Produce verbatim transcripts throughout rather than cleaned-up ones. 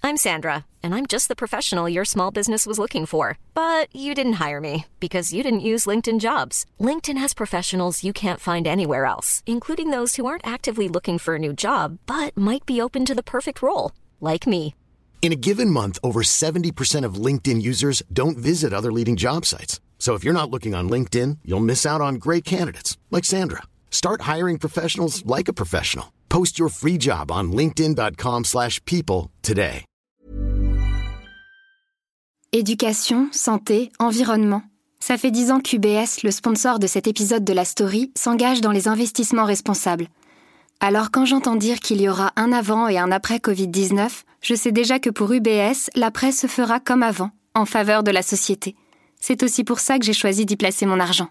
I'm Sandra, and I'm just the professional your small business was looking for. But you didn't hire me because you didn't use LinkedIn Jobs. LinkedIn has professionals you can't find anywhere else, including those who aren't actively looking for a new job, but might be open to the perfect role, like me. In a given month, over seventy percent of LinkedIn users don't visit other leading job sites. So if you're not looking on LinkedIn, you'll miss out on great candidates like Sandra. Start hiring professionals like a professional. Post your free job on linkedin.com slash people today. Éducation, santé, environnement. Ça fait dix ans qu'U B S, le sponsor de cet épisode de la story, s'engage dans les investissements responsables. Alors quand j'entends dire qu'il y aura un avant et un après covid dix-neuf, je sais déjà que pour U B S, l'après se fera comme avant, en faveur de la société. C'est aussi pour ça que j'ai choisi d'y placer mon argent.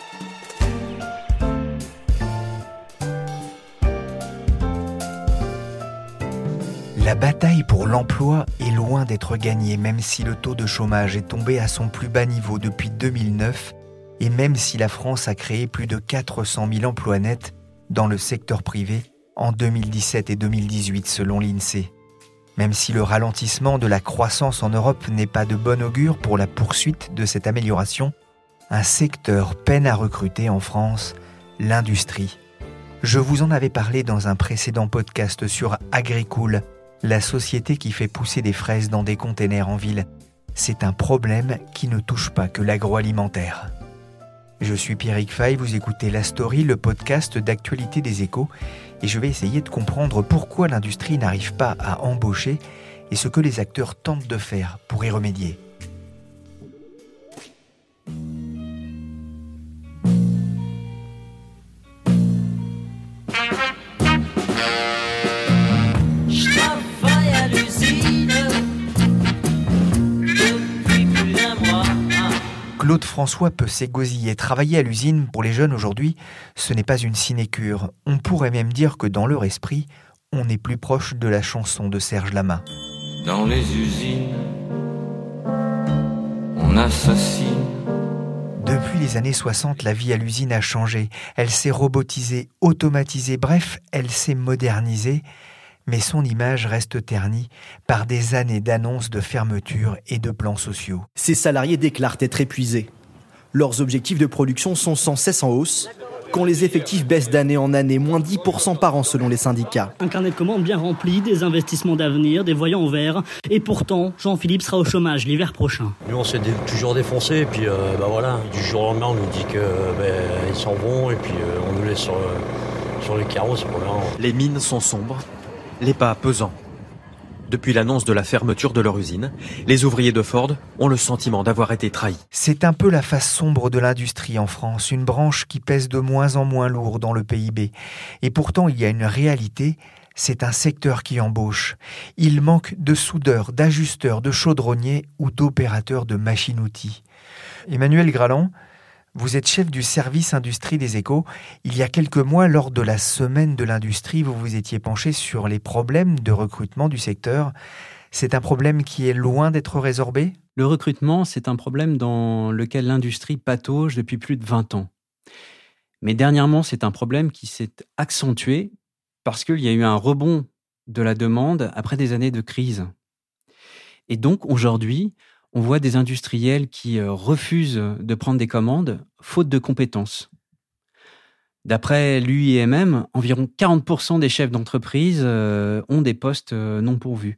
La bataille pour l'emploi est loin d'être gagnée, même si le taux de chômage est tombé à son plus bas niveau depuis deux mille neuf et même si la France a créé plus de quatre cent mille emplois nets dans le secteur privé en deux mille dix-sept et deux mille dix-huit selon l'INSEE. Même si le ralentissement de la croissance en Europe n'est pas de bon augure pour la poursuite de cette amélioration, un secteur peine à recruter en France, l'industrie. Je vous en avais parlé dans un précédent podcast sur Agricool, la société qui fait pousser des fraises dans des containers en ville. C'est un problème qui ne touche pas que l'agroalimentaire. Je suis Pierrick Fay, vous écoutez La Story, le podcast d'actualité des Échos, et je vais essayer de comprendre pourquoi l'industrie n'arrive pas à embaucher et ce que les acteurs tentent de faire pour y remédier. Claude François peut s'égosiller. Travailler à l'usine, pour les jeunes aujourd'hui, ce n'est pas une sinécure. On pourrait même dire que dans leur esprit, on est plus proche de la chanson de Serge Lama. Dans les usines, on assassine. Depuis les années soixante, la vie à l'usine a changé. Elle s'est robotisée, automatisée, bref, elle s'est modernisée. Mais son image reste ternie par des années d'annonces de fermeture et de plans sociaux. Ces salariés déclarent être épuisés. Leurs objectifs de production sont sans cesse en hausse, quand les effectifs baissent d'année en année, moins dix pour cent par an selon les syndicats. Un carnet de commandes bien rempli, des investissements d'avenir, des voyants au vert. Et pourtant, Jean-Philippe sera au chômage l'hiver prochain. Nous, on s'est dé- toujours défoncé, et puis euh, bah voilà, du jour au lendemain, on nous dit qu'ils bah, s'en vont, et puis euh, on nous laisse sur, euh, sur les carreaux. C'est pas grave. Les mines sont sombres. Les pas pesants. Depuis l'annonce de la fermeture de leur usine, les ouvriers de Ford ont le sentiment d'avoir été trahis. C'est un peu la face sombre de l'industrie en France, une branche qui pèse de moins en moins lourd dans le P I B. Et pourtant, il y a une réalité, c'est un secteur qui embauche. Il manque de soudeurs, d'ajusteurs, de chaudronniers ou d'opérateurs de machines-outils. Emmanuel Graland, vous êtes chef du service industrie des Échos. Il y a quelques mois, lors de la semaine de l'industrie, vous vous étiez penché sur les problèmes de recrutement du secteur. C'est un problème qui est loin d'être résorbé ? Le recrutement, c'est un problème dans lequel l'industrie patauge depuis plus de vingt ans. Mais dernièrement, c'est un problème qui s'est accentué parce qu'il y a eu un rebond de la demande après des années de crise. Et donc, aujourd'hui, on voit des industriels qui refusent de prendre des commandes, faute de compétences. D'après l'U I M M, environ quarante pour cent des chefs d'entreprise ont des postes non pourvus.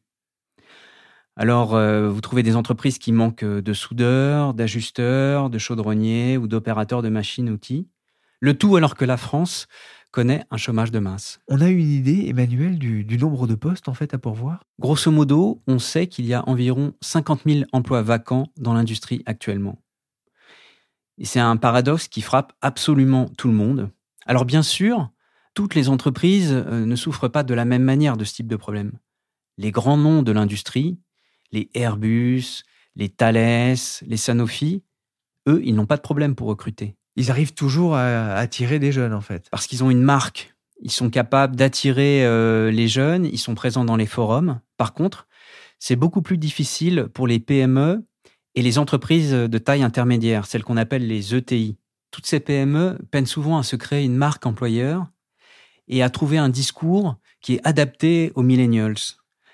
Alors, vous trouvez des entreprises qui manquent de soudeurs, d'ajusteurs, de chaudronniers ou d'opérateurs de machines-outils. Le tout alors que la France connaît un chômage de masse. On a une idée, Emmanuel, du, du nombre de postes en fait à pourvoir ? Grosso modo, on sait qu'il y a environ cinquante mille emplois vacants dans l'industrie actuellement. Et c'est un paradoxe qui frappe absolument tout le monde. Alors bien sûr, toutes les entreprises ne souffrent pas de la même manière de ce type de problème. Les grands noms de l'industrie, les Airbus, les Thales, les Sanofi, eux, ils n'ont pas de problème pour recruter. Ils arrivent toujours à attirer des jeunes, en fait. Parce qu'ils ont une marque. Ils sont capables d'attirer euh, les jeunes. Ils sont présents dans les forums. Par contre, c'est beaucoup plus difficile pour les P M E et les entreprises de taille intermédiaire, celles qu'on appelle les E T I. Toutes ces P M E peinent souvent à se créer une marque employeur et à trouver un discours qui est adapté aux millennials.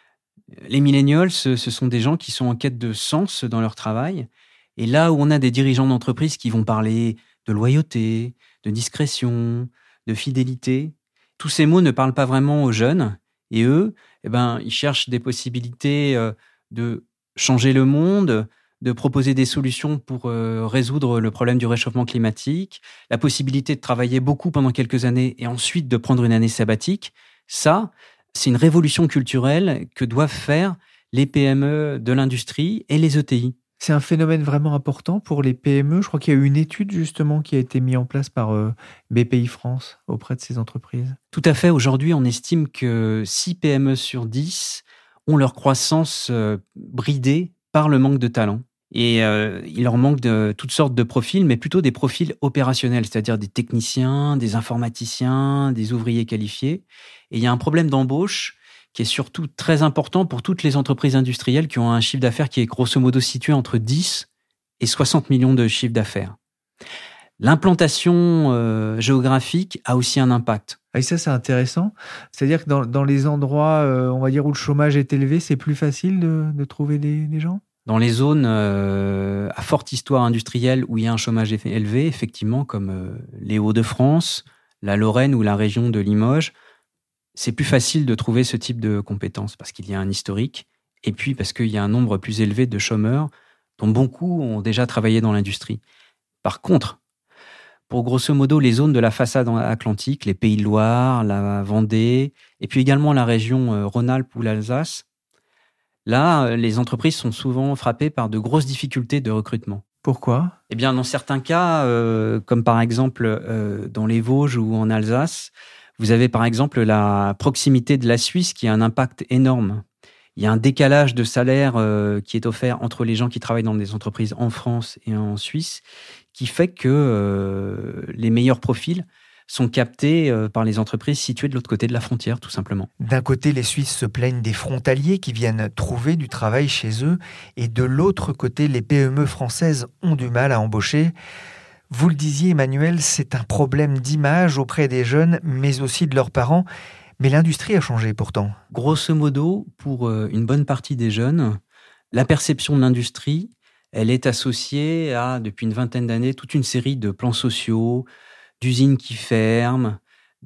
Les millennials, ce sont des gens qui sont en quête de sens dans leur travail. Et là où on a des dirigeants d'entreprise qui vont parler de loyauté, de discrétion, de fidélité, tous ces mots ne parlent pas vraiment aux jeunes. Et eux, eh ben, ils cherchent des possibilités de changer le monde, de proposer des solutions pour euh, résoudre le problème du réchauffement climatique, la possibilité de travailler beaucoup pendant quelques années et ensuite de prendre une année sabbatique. Ça, c'est une révolution culturelle que doivent faire les P M E de l'industrie et les E T I. C'est un phénomène vraiment important pour les P M E. Je crois qu'il y a eu une étude justement qui a été mise en place par euh, B P I France auprès de ces entreprises. Tout à fait. Aujourd'hui, on estime que six P M E sur dix ont leur croissance euh, bridée par le manque de talent. Et euh, il leur manque de toutes sortes de profils, mais plutôt des profils opérationnels, c'est-à-dire des techniciens, des informaticiens, des ouvriers qualifiés. Et il y a un problème d'embauche qui est surtout très important pour toutes les entreprises industrielles qui ont un chiffre d'affaires qui est grosso modo situé entre dix et soixante millions de chiffre d'affaires. L'implantation euh, géographique a aussi un impact. Et ça, c'est intéressant. C'est-à-dire que dans, dans les endroits, euh, on va dire, où le chômage est élevé, c'est plus facile de, de trouver les, les gens ? Dans les zones euh, à forte histoire industrielle où il y a un chômage élevé, effectivement, comme euh, les Hauts-de-France, la Lorraine ou la région de Limoges, c'est plus facile de trouver ce type de compétences parce qu'il y a un historique et puis parce qu'il y a un nombre plus élevé de chômeurs dont beaucoup ont déjà travaillé dans l'industrie. Par contre, pour grosso modo les zones de la façade atlantique, les Pays de Loire, la Vendée et puis également la région Rhône-Alpes ou l'Alsace, là, les entreprises sont souvent frappées par de grosses difficultés de recrutement. Pourquoi ? Eh bien, dans certains cas, euh, comme par exemple euh, dans les Vosges ou en Alsace, vous avez par exemple la proximité de la Suisse qui a un impact énorme. Il y a un décalage de salaire euh, qui est offert entre les gens qui travaillent dans des entreprises en France et en Suisse, qui fait que euh, les meilleurs profils sont captés euh, par les entreprises situées de l'autre côté de la frontière, tout simplement. D'un côté, les Suisses se plaignent des frontaliers qui viennent trouver du travail chez eux, et de l'autre côté, les P M E françaises ont du mal à embaucher. Vous le disiez, Emmanuel, c'est un problème d'image auprès des jeunes, mais aussi de leurs parents. Mais l'industrie a changé pourtant. Grosso modo, pour une bonne partie des jeunes, la perception de l'industrie, elle est associée à, depuis une vingtaine d'années, toute une série de plans sociaux, d'usines qui ferment,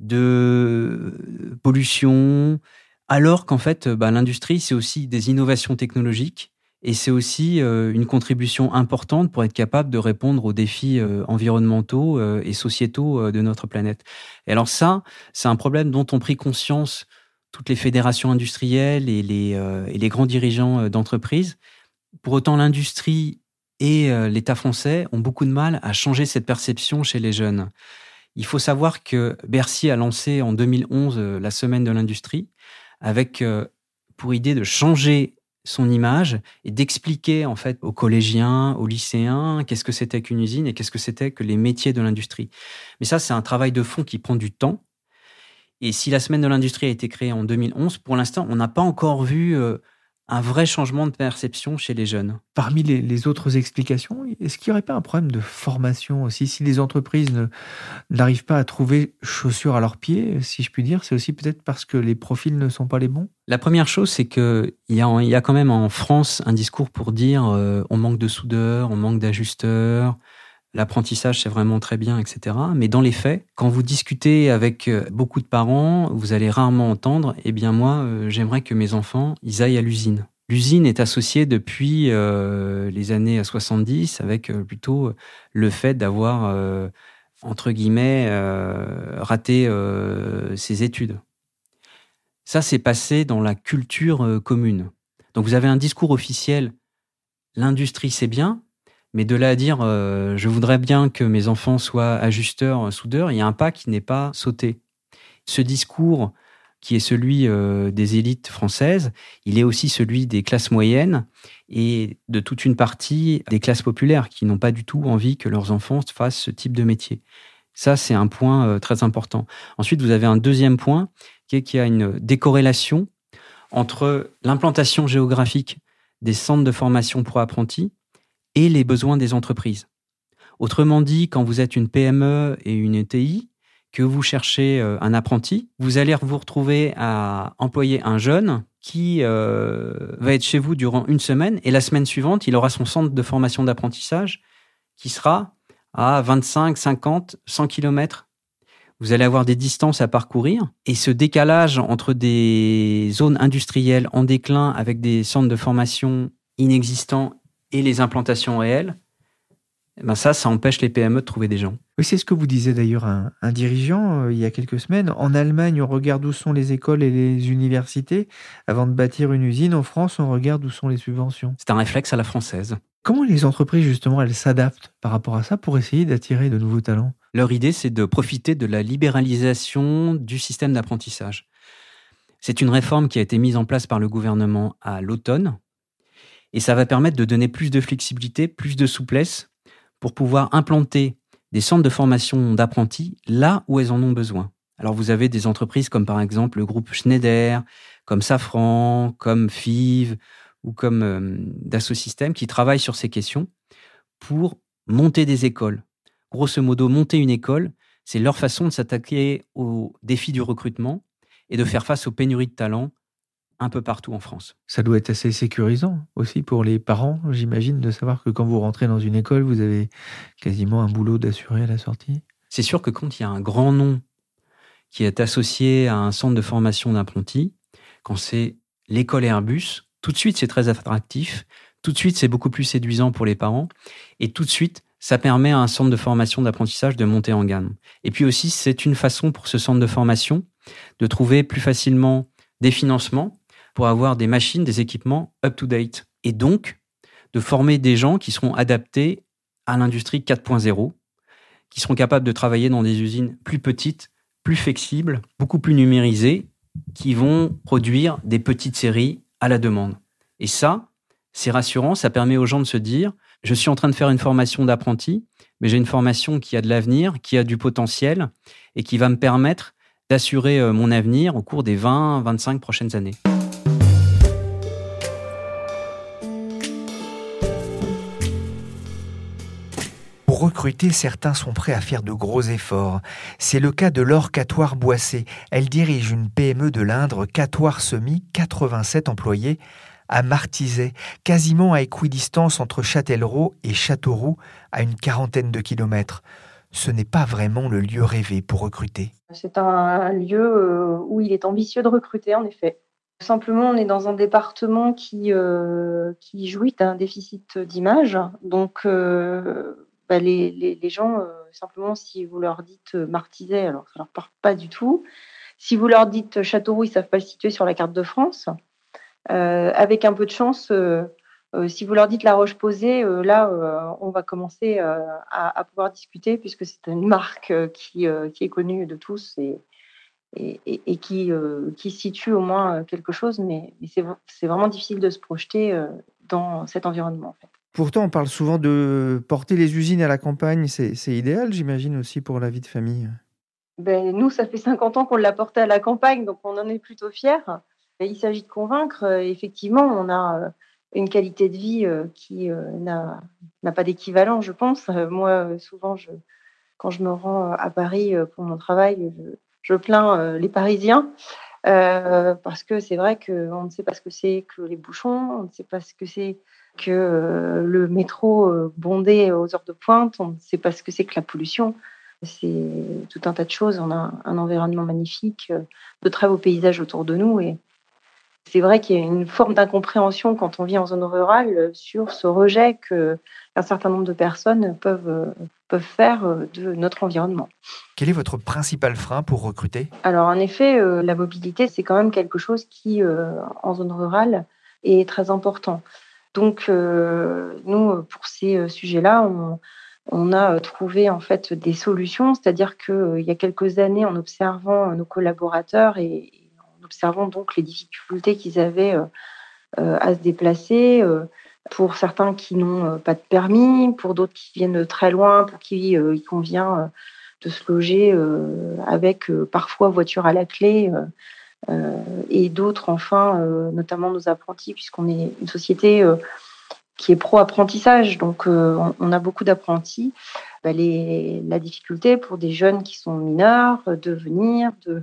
de pollution, alors qu'en fait, bah, l'industrie, c'est aussi des innovations technologiques. Et c'est aussi euh, une contribution importante pour être capable de répondre aux défis euh, environnementaux euh, et sociétaux euh, de notre planète. Et alors ça, c'est un problème dont ont pris conscience toutes les fédérations industrielles et les, euh, et les grands dirigeants euh, d'entreprises. Pour autant, l'industrie et euh, l'État français ont beaucoup de mal à changer cette perception chez les jeunes. Il faut savoir que Bercy a lancé en deux mille onze euh, la Semaine de l'Industrie avec euh, pour idée de changer son image et d'expliquer en fait aux collégiens, aux lycéens, qu'est-ce que c'était qu'une usine et qu'est-ce que c'était que les métiers de l'industrie. Mais ça, c'est un travail de fond qui prend du temps. Et si la Semaine de l'Industrie a été créée en deux mille onze, pour l'instant, on n'a pas encore vu euh, un vrai changement de perception chez les jeunes. Parmi les, les autres explications, est-ce qu'il n'y aurait pas un problème de formation aussi ? Si les entreprises ne, n'arrivent pas à trouver chaussures à leurs pieds, si je puis dire, c'est aussi peut-être parce que les profils ne sont pas les bons ? La première chose, c'est qu'il y a, il y a quand même en France un discours pour dire euh, on manque de soudeurs, on manque d'ajusteurs, l'apprentissage c'est vraiment très bien, et cetera. Mais dans les faits, quand vous discutez avec beaucoup de parents, vous allez rarement entendre « Eh bien moi, euh, j'aimerais que mes enfants, ils aillent à l'usine ». L'usine est associée depuis euh, les années soixante-dix avec euh, plutôt le fait d'avoir, euh, entre guillemets, euh, raté euh, ses études. Ça, c'est passé dans la culture euh, commune. Donc vous avez un discours officiel, l'industrie c'est bien, mais de là à dire euh, je voudrais bien que mes enfants soient ajusteurs, soudeurs, il y a un pas qui n'est pas sauté. Ce discours qui est celui euh, des élites françaises, il est aussi celui des classes moyennes et de toute une partie des classes populaires qui n'ont pas du tout envie que leurs enfants fassent ce type de métier. Ça, c'est un point euh, très important. Ensuite, vous avez un deuxième point qui est qu'il y a une décorrélation entre l'implantation géographique des centres de formation pour apprentis et les besoins des entreprises. Autrement dit, quand vous êtes une P M E et une E T I, que vous cherchez un apprenti, vous allez vous retrouver à employer un jeune qui euh, va être chez vous durant une semaine et la semaine suivante, il aura son centre de formation d'apprentissage qui sera à vingt-cinq, cinquante, cent kilomètres. Vous allez avoir des distances à parcourir et ce décalage entre des zones industrielles en déclin avec des centres de formation inexistants et les implantations réelles, ben ça, ça empêche les P M E de trouver des gens. Oui, c'est ce que vous disait d'ailleurs un, un dirigeant euh, il y a quelques semaines. En Allemagne, on regarde où sont les écoles et les universités avant de bâtir une usine. En France, on regarde où sont les subventions. C'est un réflexe à la française. Comment les entreprises, justement, elles s'adaptent par rapport à ça pour essayer d'attirer de nouveaux talents ? Leur idée, c'est de profiter de la libéralisation du système d'apprentissage. C'est une réforme qui a été mise en place par le gouvernement à l'automne et ça va permettre de donner plus de flexibilité, plus de souplesse pour pouvoir implanter des centres de formation d'apprentis là où elles en ont besoin. Alors vous avez des entreprises comme par exemple le groupe Schneider, comme Safran, comme F I V ou comme euh, Dassault Systèmes qui travaillent sur ces questions pour monter des écoles. Grosso modo, monter une école, c'est leur façon de s'attaquer aux défis du recrutement et de faire face aux pénuries de talents un peu partout en France. Ça doit être assez sécurisant aussi pour les parents, j'imagine, de savoir que quand vous rentrez dans une école, vous avez quasiment un boulot d'assuré à la sortie. C'est sûr que quand il y a un grand nom qui est associé à un centre de formation d'apprentis, quand c'est l'école Airbus, tout de suite c'est très attractif, tout de suite c'est beaucoup plus séduisant pour les parents et tout de suite ça permet à un centre de formation d'apprentissage de monter en gamme. Et puis aussi c'est une façon pour ce centre de formation de trouver plus facilement des financements pour avoir des machines, des équipements up-to-date. Et donc, de former des gens qui seront adaptés à l'industrie quatre point zéro, qui seront capables de travailler dans des usines plus petites, plus flexibles, beaucoup plus numérisées, qui vont produire des petites séries à la demande. Et ça, c'est rassurant, ça permet aux gens de se dire « Je suis en train de faire une formation d'apprenti, mais j'ai une formation qui a de l'avenir, qui a du potentiel et qui va me permettre d'assurer mon avenir au cours des vingt à vingt-cinq prochaines années. » Pour recruter, certains sont prêts à faire de gros efforts. C'est le cas de Laure Catoire-Boissé. Elle dirige une P M E de l'Indre, Catoire Semi, quatre-vingt-sept employés, à Martizet, quasiment à équidistance entre Châtellerault et Châteauroux, à une quarantaine de kilomètres. Ce n'est pas vraiment le lieu rêvé pour recruter. C'est un lieu où il est ambitieux de recruter, en effet. Simplement, on est dans un département qui, euh, qui jouit d'un déficit d'image. Donc, euh, bah les, les, les gens, euh, simplement, si vous leur dites Martizet, alors ça leur parle pas du tout. Si vous leur dites Châteauroux, ils savent pas le situer sur la carte de France. Euh, avec un peu de chance, euh, euh, si vous leur dites La Roche-Posay, euh, là, euh, on va commencer euh, à, à pouvoir discuter puisque c'est une marque euh, qui, euh, qui est connue de tous et, et, et, et qui, euh, qui situe au moins quelque chose, mais, mais c'est, c'est vraiment difficile de se projeter euh, dans cet environnement, en fait. Pourtant, on parle souvent de porter les usines à la campagne. C'est, c'est idéal, j'imagine, aussi pour la vie de famille. Ben, nous, ça fait cinquante ans qu'on l'a porté à la campagne, donc on en est plutôt fiers. Il s'agit de convaincre. Effectivement, on a une qualité de vie qui n'a, n'a pas d'équivalent, je pense. Moi, souvent, je, quand je me rends à Paris pour mon travail, je, je plains les Parisiens euh, parce que c'est vrai qu'on ne sait pas ce que c'est que les bouchons, on ne sait pas ce que c'est que euh, le métro euh, bondé aux heures de pointe, on ne sait pas ce que c'est que la pollution. C'est tout un tas de choses. On a un environnement magnifique, euh, de très beaux paysages autour de nous. Et c'est vrai qu'il y a une forme d'incompréhension quand on vit en zone rurale euh, sur ce rejet que, qu'un certain nombre de personnes peuvent, euh, peuvent faire euh, de notre environnement. Quel est votre principal frein pour recruter ? Alors, en effet, euh, la mobilité, c'est quand même quelque chose qui, euh, en zone rurale, est très important. Donc, euh, nous, pour ces sujets-là, on, on a trouvé en fait des solutions. C'est-à-dire qu'il euh, y a quelques années, en observant nos collaborateurs et, et en observant donc les difficultés qu'ils avaient euh, euh, à se déplacer, euh, pour certains qui n'ont euh, pas de permis, pour d'autres qui viennent de très loin, pour qui euh, il convient euh, de se loger euh, avec euh, parfois voiture à la clé. Euh, Euh, et d'autres, enfin, euh, notamment nos apprentis, puisqu'on est une société euh, qui est pro-apprentissage, donc euh, on, on a beaucoup d'apprentis. Bah, les, la difficulté pour des jeunes qui sont mineurs euh, de venir, de,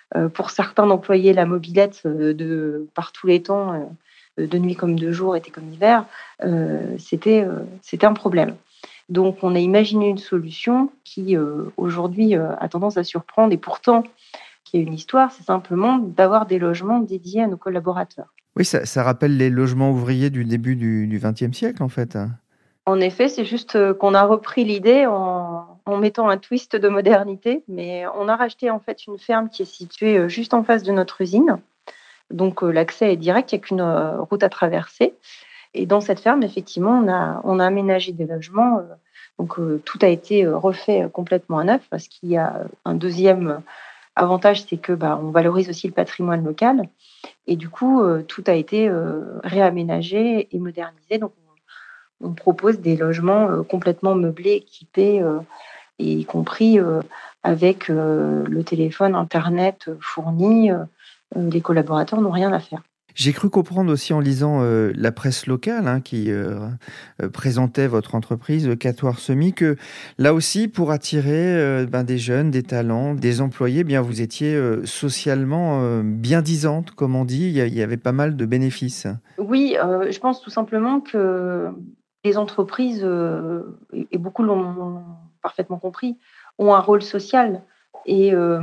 Euh, pour certains d'employer la mobilette euh, de, par tous les temps, euh, de nuit comme de jour, été comme hiver, euh, c'était, euh, c'était un problème. Donc, on a imaginé une solution qui, euh, aujourd'hui, euh, a tendance à surprendre et pourtant, qui a une histoire, c'est simplement d'avoir des logements dédiés à nos collaborateurs. Oui, ça, ça rappelle les logements ouvriers du début du, du vingtième siècle, en fait. En effet, c'est juste qu'on a repris l'idée en, en mettant un twist de modernité, mais on a racheté en fait une ferme qui est située juste en face de notre usine. Donc, l'accès est direct, il n'y a qu'une route à traverser. Et dans cette ferme, effectivement, on a, on a aménagé des logements. Donc, tout a été refait complètement à neuf parce qu'il y a un deuxième avantage, c'est que bah, on valorise aussi le patrimoine local. Et du coup, euh, tout a été euh, réaménagé et modernisé. Donc, on, on propose des logements euh, complètement meublés, équipés, euh, et y compris euh, avec euh, le téléphone, Internet fourni. Euh, les collaborateurs n'ont rien à faire. J'ai cru comprendre aussi en lisant euh, la presse locale hein, qui euh, euh, présentait votre entreprise, Quatuor Semi, que là aussi, pour attirer euh, ben, des jeunes, des talents, des employés, bien vous étiez euh, socialement euh, bien disante, comme on dit, il y, y avait pas mal de bénéfices. Oui, euh, je pense tout simplement que les entreprises, euh, et beaucoup l'ont parfaitement compris, ont un rôle social. Et euh,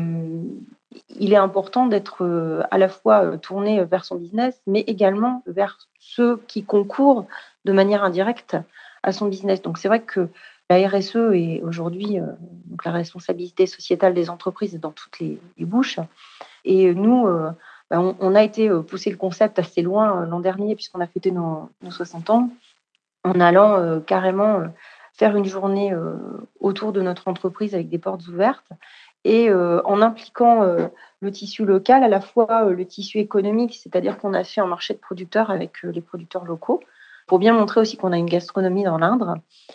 il est important d'être euh, à la fois tourné vers son business, mais également vers ceux qui concourent de manière indirecte à son business. Donc c'est vrai que la R S E est aujourd'hui, euh, donc la responsabilité sociétale des entreprises est dans toutes les, les bouches. Et nous, euh, ben on, on a été pousser le concept assez loin euh, l'an dernier, puisqu'on a fêté nos, nos soixante ans, en allant euh, carrément euh, faire une journée euh, autour de notre entreprise avec des portes ouvertes. Et euh, en impliquant euh, le tissu local, à la fois euh, le tissu économique, c'est-à-dire qu'on a fait un marché de producteurs avec euh, les producteurs locaux, pour bien montrer aussi qu'on a une gastronomie dans l'Indre,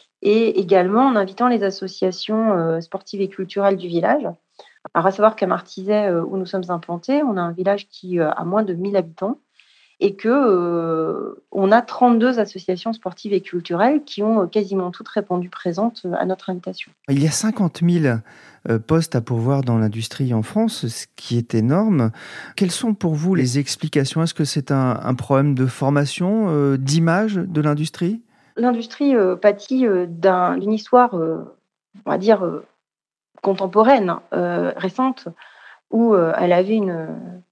et également en invitant les associations euh, sportives et culturelles du village. Alors, à savoir qu'à Martizet, euh, où nous sommes implantés, on a un village qui euh, a moins de mille habitants, et que euh, on a trente-deux associations sportives et culturelles qui ont quasiment toutes répondu présentes à notre invitation. Il y a cinquante mille euh, postes à pourvoir dans l'industrie en France, ce qui est énorme. Quelles sont pour vous les explications ? Est-ce que c'est un, un problème de formation, euh, d'image de l'industrie ? L'industrie euh, pâtit euh, d'un, d'une histoire, euh, on va dire, euh, contemporaine, euh, récente, où euh, elle avait une...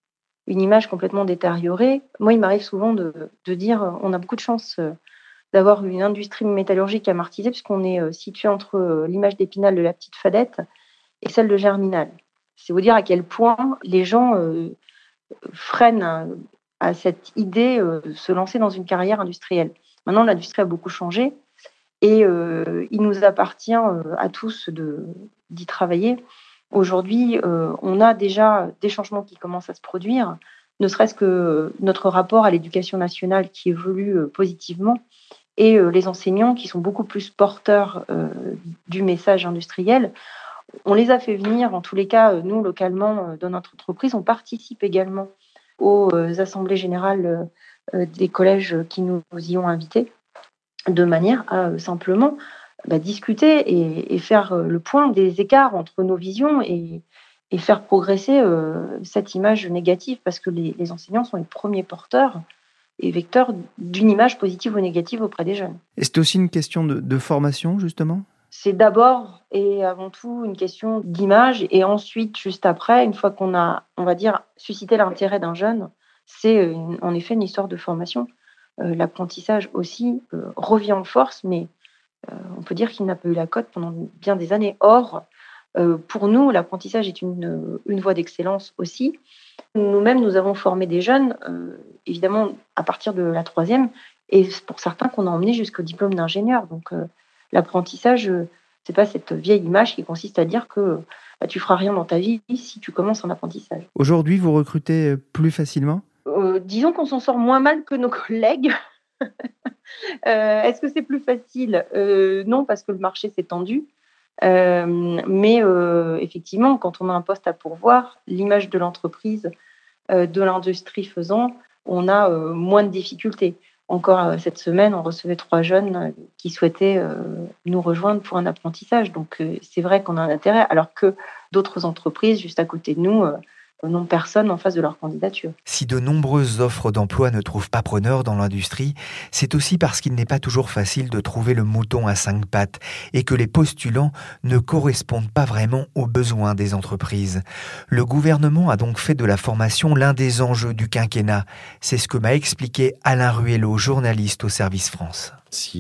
une image complètement détériorée. Moi, il m'arrive souvent de, de dire euh, on a beaucoup de chance euh, d'avoir une industrie métallurgique à Martizet, puisqu'on est euh, situé entre euh, l'image d'Épinal de la Petite Fadette et celle de Germinal. C'est vous dire à quel point les gens euh, freinent à, à cette idée euh, de se lancer dans une carrière industrielle. Maintenant, l'industrie a beaucoup changé et euh, il nous appartient euh, à tous de, d'y travailler. Aujourd'hui, euh, on a déjà des changements qui commencent à se produire, ne serait-ce que notre rapport à l'éducation nationale qui évolue euh, positivement et euh, les enseignants qui sont beaucoup plus porteurs euh, du message industriel. On les a fait venir, en tous les cas, nous, localement, dans notre entreprise, on participe également aux euh, assemblées générales euh, des collèges qui nous y ont invités, de manière à euh, simplement Bah, discuter et, et faire le point des écarts entre nos visions et, et faire progresser euh, cette image négative, parce que les, les enseignants sont les premiers porteurs et vecteurs d'une image positive ou négative auprès des jeunes. Et c'est aussi une question de, de formation, justement ? C'est d'abord et avant tout une question d'image, et ensuite, juste après, une fois qu'on a, on va dire, suscité l'intérêt d'un jeune, c'est une, en effet une histoire de formation. Euh, l'apprentissage aussi euh, revient en force, mais Euh, on peut dire qu'il n'a pas eu la cote pendant bien des années. Or, euh, pour nous, l'apprentissage est une, une voie d'excellence aussi. Nous-mêmes, nous avons formé des jeunes, euh, évidemment, à partir de la troisième, et pour certains qu'on a emmenés jusqu'au diplôme d'ingénieur. Donc, euh, l'apprentissage, euh, c'est pas cette vieille image qui consiste à dire que bah, tu feras rien dans ta vie si tu commences en apprentissage. Aujourd'hui, vous recrutez plus facilement ? euh, Disons qu'on s'en sort moins mal que nos collègues. Euh, est-ce que c'est plus facile ? euh, Non, parce que le marché s'est tendu. Euh, mais euh, effectivement, quand on a un poste à pourvoir, l'image de l'entreprise, euh, de l'industrie faisant, on a euh, moins de difficultés. Encore euh, cette semaine, on recevait trois jeunes euh, qui souhaitaient euh, nous rejoindre pour un apprentissage. Donc, euh, c'est vrai qu'on a un intérêt, alors que d'autres entreprises, juste à côté de nous, euh, n'ont personne en face de leur candidature. Si de nombreuses offres d'emploi ne trouvent pas preneur dans l'industrie, c'est aussi parce qu'il n'est pas toujours facile de trouver le mouton à cinq pattes et que les postulants ne correspondent pas vraiment aux besoins des entreprises. Le gouvernement a donc fait de la formation l'un des enjeux du quinquennat. C'est ce que m'a expliqué Alain Ruello, journaliste au Service France.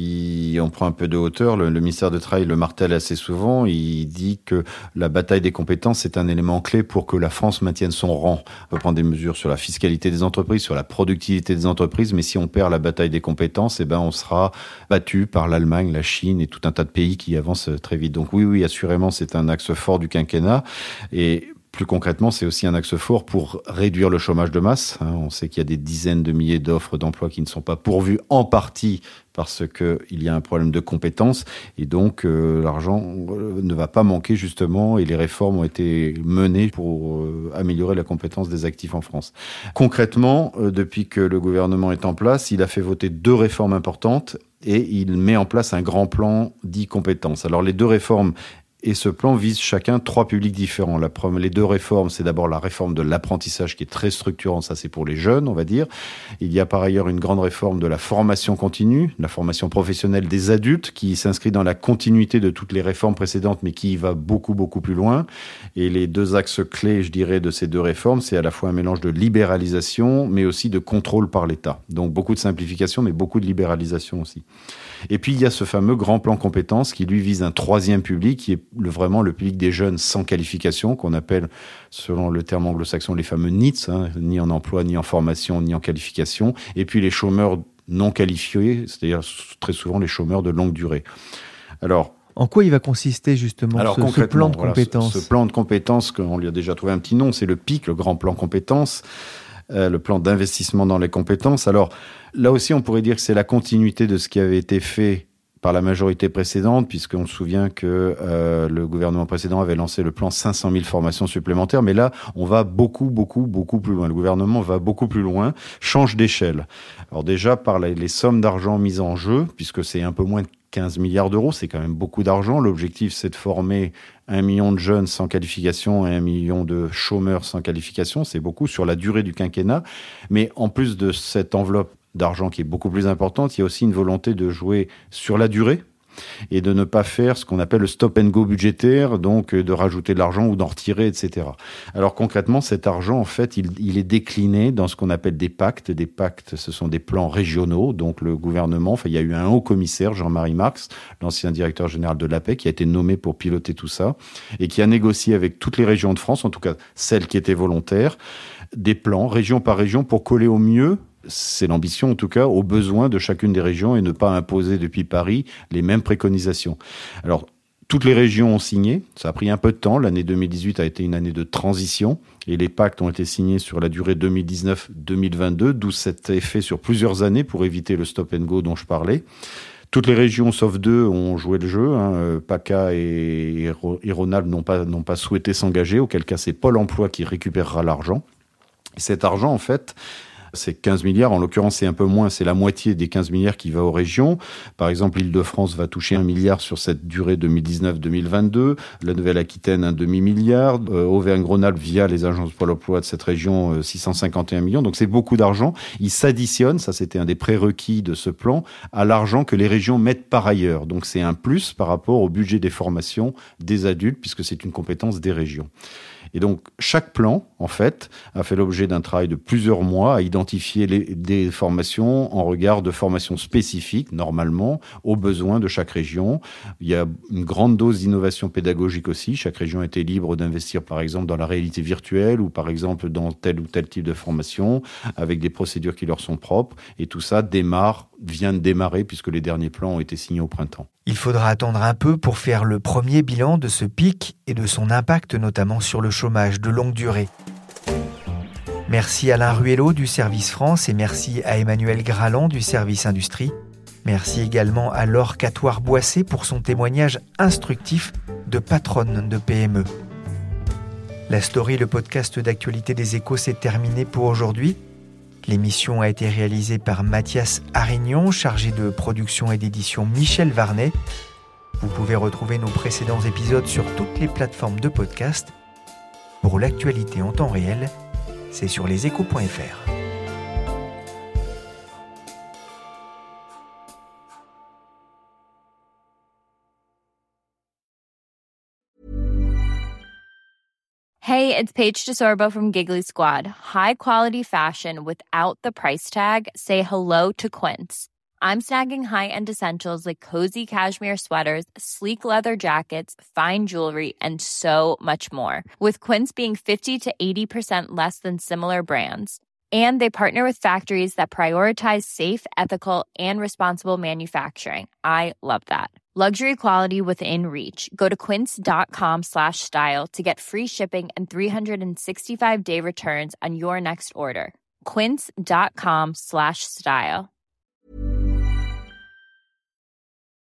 Si on prend un peu de hauteur, le, le ministère du Travail le martèle assez souvent. Il dit que la bataille des compétences est un élément clé pour que la France maintienne son rang. On peut prendre des mesures sur la fiscalité des entreprises, sur la productivité des entreprises, mais si on perd la bataille des compétences, eh ben on sera battu par l'Allemagne, la Chine et tout un tas de pays qui avancent très vite. Donc oui, oui, assurément, c'est un axe fort du quinquennat. Et plus concrètement, c'est aussi un axe fort pour réduire le chômage de masse. On sait qu'il y a des dizaines de milliers d'offres d'emploi qui ne sont pas pourvues en partie parce qu'il y a un problème de compétences. Et donc, euh, l'argent ne va pas manquer justement et les réformes ont été menées pour euh, améliorer la compétence des actifs en France. Concrètement, euh, depuis que le gouvernement est en place, il a fait voter deux réformes importantes et il met en place un grand plan dit compétences. Alors, les deux réformes et ce plan vise chacun trois publics différents. La, les deux réformes, c'est d'abord la réforme de l'apprentissage qui est très structurante, ça c'est pour les jeunes, on va dire. Il y a par ailleurs une grande réforme de la formation continue, la formation professionnelle des adultes, qui s'inscrit dans la continuité de toutes les réformes précédentes, mais qui va beaucoup, beaucoup plus loin. Et les deux axes clés, je dirais, de ces deux réformes, c'est à la fois un mélange de libéralisation, mais aussi de contrôle par l'État. Donc beaucoup de simplification, mais beaucoup de libéralisation aussi. Et puis, il y a ce fameux grand plan compétences qui, lui, vise un troisième public, qui est le, vraiment le public des jeunes sans qualification, qu'on appelle, selon le terme anglo-saxon, les fameux N E E T, hein, ni en emploi, ni en formation, ni en qualification. Et puis, les chômeurs non qualifiés, c'est-à-dire très souvent les chômeurs de longue durée. Alors, en quoi il va consister justement Alors, ce, ce plan de voilà, compétences ce, ce plan de compétences, on lui a déjà trouvé un petit nom, c'est le P I C, le grand plan compétences. Euh, le plan d'investissement dans les compétences. Alors, là aussi, on pourrait dire que c'est la continuité de ce qui avait été fait par la majorité précédente, puisqu'on se souvient que euh, le gouvernement précédent avait lancé le plan cinq cent mille formations supplémentaires, mais là, on va beaucoup, beaucoup, beaucoup plus loin. Le gouvernement va beaucoup plus loin, change d'échelle. Alors déjà, par les, les sommes d'argent mises en jeu, puisque c'est un peu moins de quinze milliards d'euros, c'est quand même beaucoup d'argent. L'objectif, c'est de former un million de jeunes sans qualification et un million de chômeurs sans qualification. C'est beaucoup sur la durée du quinquennat. Mais en plus de cette enveloppe d'argent qui est beaucoup plus importante, il y a aussi une volonté de jouer sur la durée et de ne pas faire ce qu'on appelle le stop and go budgétaire, donc de rajouter de l'argent ou d'en retirer, et cetera. Alors concrètement, cet argent, en fait, il, il est décliné dans ce qu'on appelle des pactes. Des pactes, ce sont des plans régionaux. Donc le gouvernement, enfin, il y a eu un haut commissaire, Jean-Marie Marx, l'ancien directeur général de l'A P E C, qui a été nommé pour piloter tout ça et qui a négocié avec toutes les régions de France, en tout cas celles qui étaient volontaires, des plans région par région pour coller au mieux, c'est l'ambition en tout cas, aux besoins de chacune des régions et ne pas imposer depuis Paris les mêmes préconisations. Alors, toutes les régions ont signé, ça a pris un peu de temps, l'année deux mille dix-huit a été une année de transition et les pactes ont été signés sur la durée deux mille dix-neuf deux mille vingt-deux, d'où cet effet sur plusieurs années pour éviter le stop and go dont je parlais. Toutes les régions, sauf deux, ont joué le jeu. Hein. PACA et, et Rhône-Alpes n'ont pas, n'ont pas souhaité s'engager, auquel cas c'est Pôle emploi qui récupérera l'argent. Et cet argent, en fait, c'est quinze milliards, en l'occurrence c'est un peu moins, c'est la moitié des quinze milliards qui va aux régions. Par exemple, l'Île-de-France va toucher un milliard sur cette durée deux mille dix-neuf deux mille vingt-deux, la Nouvelle-Aquitaine un demi-milliard, euh, Auvergne-Rhône-Alpes via les agences Pôle emploi de cette région euh, six cent cinquante et un millions, donc c'est beaucoup d'argent. Il s'additionne, ça c'était un des prérequis de ce plan, à l'argent que les régions mettent par ailleurs. Donc c'est un plus par rapport au budget des formations des adultes, puisque c'est une compétence des régions. Et donc, chaque plan, en fait, a fait l'objet d'un travail de plusieurs mois à identifier les, des formations en regard de formations spécifiques, normalement, aux besoins de chaque région. Il y a une grande dose d'innovation pédagogique aussi. Chaque région était libre d'investir, par exemple, dans la réalité virtuelle ou, par exemple, dans tel ou tel type de formation, avec des procédures qui leur sont propres. Et tout ça démarre, vient de démarrer, puisque les derniers plans ont été signés au printemps. Il faudra attendre un peu pour faire le premier bilan de ce pic et de son impact notamment sur le chômage de longue durée. Merci Alain Ruello du Service France et merci à Emmanuel Graland du Service Industrie. Merci également à Laure Catoire-Boissé pour son témoignage instructif de patronne de P M E. La story, le podcast d'actualité des Échos, s'est terminé pour aujourd'hui. L'émission a été réalisée par Mathias Arignon, chargé de production et d'édition Michel Varnet. Vous pouvez retrouver nos précédents épisodes sur toutes les plateformes de podcast. Pour l'actualité en temps réel, c'est sur leséchos point f r. Hey, it's Paige DeSorbo from Giggly Squad. High quality fashion without the price tag. Say hello to Quince. I'm snagging high-end essentials like cozy cashmere sweaters, sleek leather jackets, fine jewelry, and so much more. With Quince being fifty to eighty percent less than similar brands. And they partner with factories that prioritize safe, ethical, and responsible manufacturing. I love that. Luxury quality within reach. Go to quince.com slash style to get free shipping and three sixty-five day returns on your next order. Quince.com slash style.